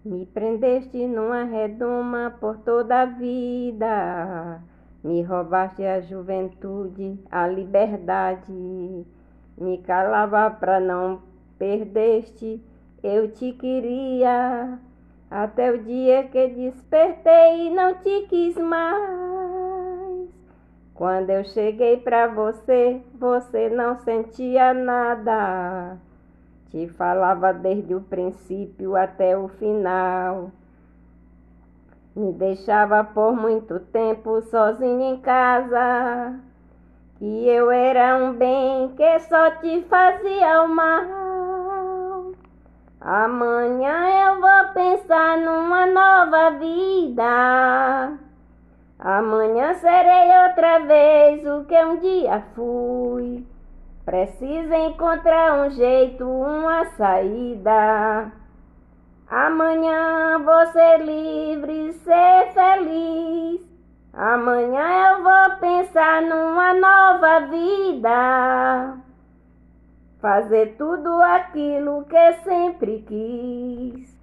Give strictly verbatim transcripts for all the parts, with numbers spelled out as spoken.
Me prendeste numa redoma por toda a vida, me roubaste a juventude, a liberdade, me calava pra não perdeste, eu te queria, até o dia que despertei e não te quis mais. Quando eu cheguei pra você, você não sentia nada. Te falava desde o princípio até o final. Me deixava por muito tempo sozinha em casa, que eu era um bem que só te fazia o mal. Amanhã eu vou pensar numa nova vida. Amanhã serei outra vez o que um dia fui. Preciso encontrar um jeito, uma saída. Amanhã vou ser livre, ser feliz. Amanhã eu vou pensar numa nova vida. Fazer tudo aquilo que sempre quis.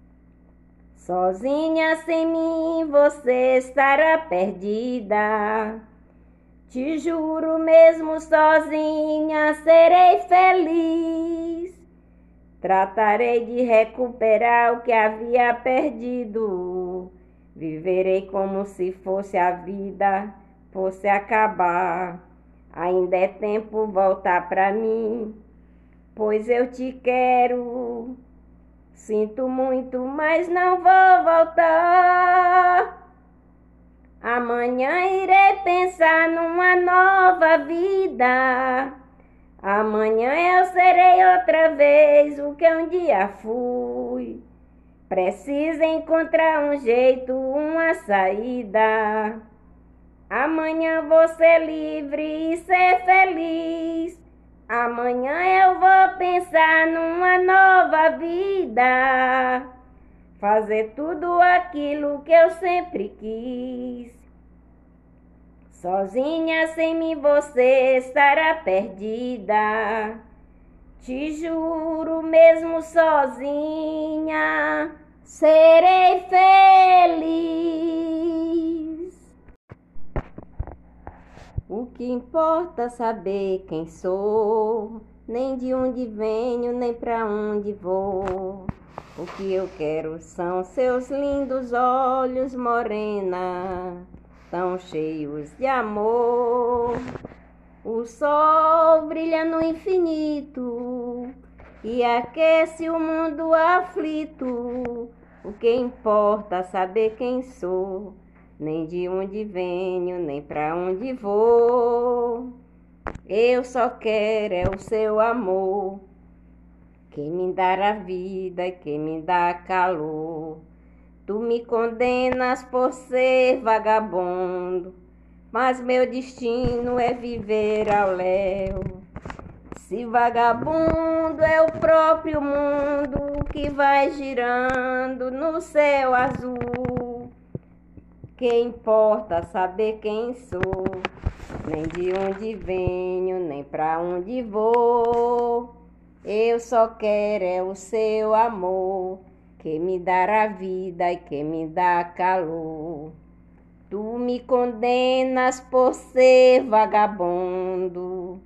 Sozinha sem mim você estará perdida. Te juro, mesmo sozinha serei feliz. Tratarei de recuperar o que havia perdido. Viverei como se fosse a vida, fosse acabar. Ainda é tempo voltar pra mim, pois eu te quero. Sinto muito, mas não vou voltar. Amanhã irei pensar numa nova vida. Amanhã eu serei outra vez o que um dia fui. Preciso encontrar um jeito, uma saída. Amanhã vou ser livre e ser feliz. Amanhã eu vou pensar numa nova vida. Fazer tudo aquilo que eu sempre quis. Sozinha sem mim você estará perdida. Te juro, mesmo sozinha serei feliz. O que importa saber quem sou, nem de onde venho, nem pra onde vou. O que eu quero são seus lindos olhos, morena, tão cheios de amor. O sol brilha no infinito e aquece o mundo aflito. O que importa saber quem sou, nem de onde venho, nem pra onde vou. Eu só quero é o seu amor, que me dá a vida e que me dá calor. Tu me condenas por ser vagabundo, mas meu destino é viver ao léu. Se vagabundo é o próprio mundo que vai girando no céu azul, que importa saber quem sou, nem de onde venho, nem pra onde vou. Eu só quero é o seu amor, que me dá a vida e que me dá calor. Tu me condenas por ser vagabundo,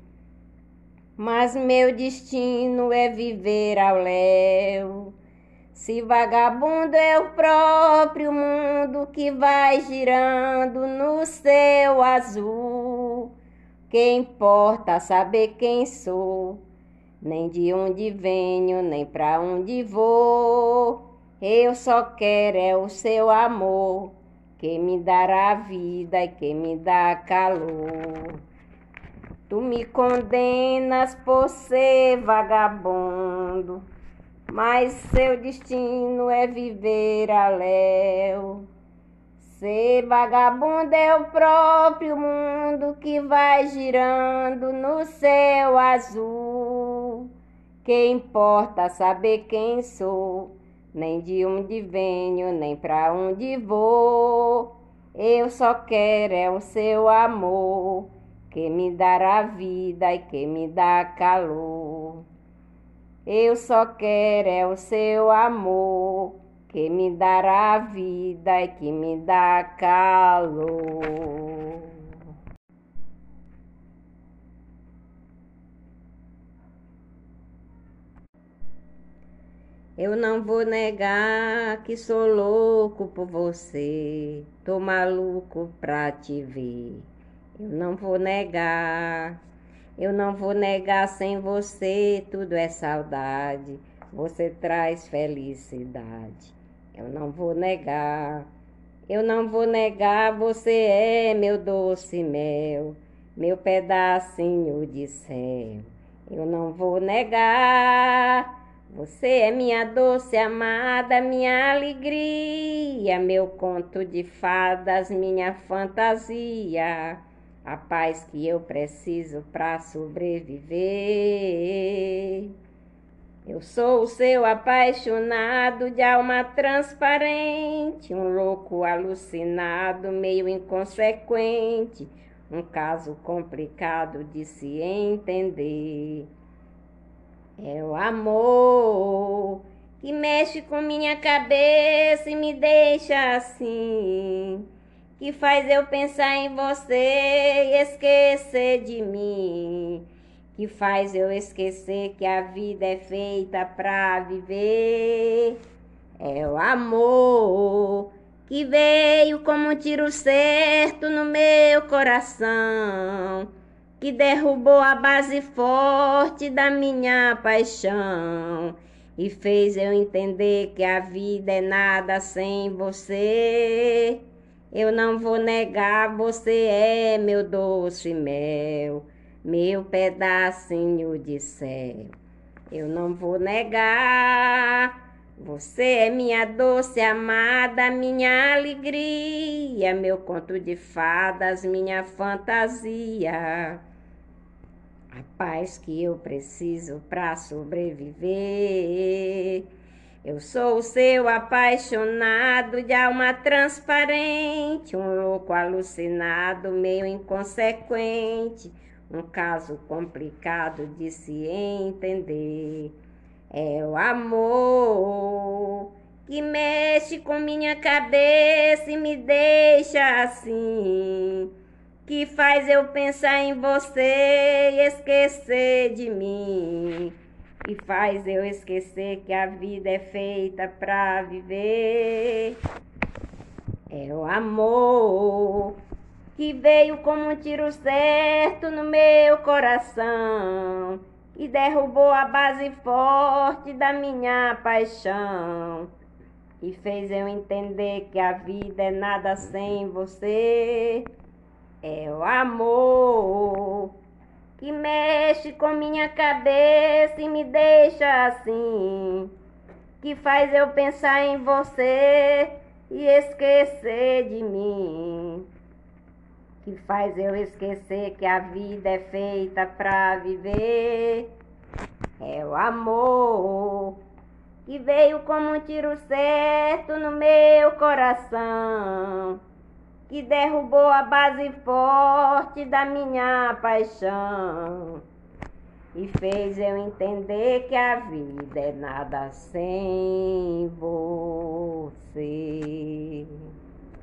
mas meu destino é viver ao léu. Se vagabundo é o próprio mundo que vai girando no céu azul, que importa saber quem sou, nem de onde venho, nem pra onde vou. Eu só quero é o seu amor, que me dá a vida e que me dá calor. Tu me condenas por ser vagabundo, mas seu destino é viver ao léu. Ser vagabundo é o próprio mundo que vai girando no céu azul, que importa saber quem sou, nem de onde venho, nem pra onde vou. Eu só quero é o seu amor, que me dá a vida e que me dá calor. Eu só quero é o seu amor, que me dará a vida e que me dá calor. Eu não vou negar que sou louco por você, tô maluco pra te ver. Eu não vou negar, eu não vou negar, sem você tudo é saudade, você traz felicidade. Eu não vou negar, eu não vou negar, você é meu doce mel, meu pedacinho de céu. Eu não vou negar. Você é minha doce amada, minha alegria, meu conto de fadas, minha fantasia, a paz que eu preciso para sobreviver. Eu sou o seu apaixonado de alma transparente, um louco alucinado, meio inconsequente, um caso complicado de se entender. É o amor que mexe com minha cabeça e me deixa assim, que faz eu pensar em você e esquecer de mim, que faz eu esquecer que a vida é feita pra viver. É o amor que veio como um tiro certo no meu coração, que derrubou a base forte da minha paixão e fez eu entender que a vida é nada sem você. Eu não vou negar, você é meu doce mel, meu pedacinho de céu. Eu não vou negar, você é minha doce amada, minha alegria, meu conto de fadas, minha fantasia, a paz que eu preciso para sobreviver. Eu sou o seu apaixonado de alma transparente, um louco alucinado, meio inconsequente, um caso complicado de se entender. É o amor que mexe com minha cabeça e me deixa assim, que faz eu pensar em você e esquecer de mim, que faz eu esquecer que a vida é feita pra viver. É o amor que veio como um tiro certo no meu coração e derrubou a base forte da minha paixão e fez eu entender que a vida é nada sem você. É o amor que mexe com minha cabeça e me deixa assim, que faz eu pensar em você e esquecer de mim, que faz eu esquecer que a vida é feita pra viver. É o amor que veio como um tiro certo no meu coração, que derrubou a base forte da minha paixão e fez eu entender que a vida é nada sem você.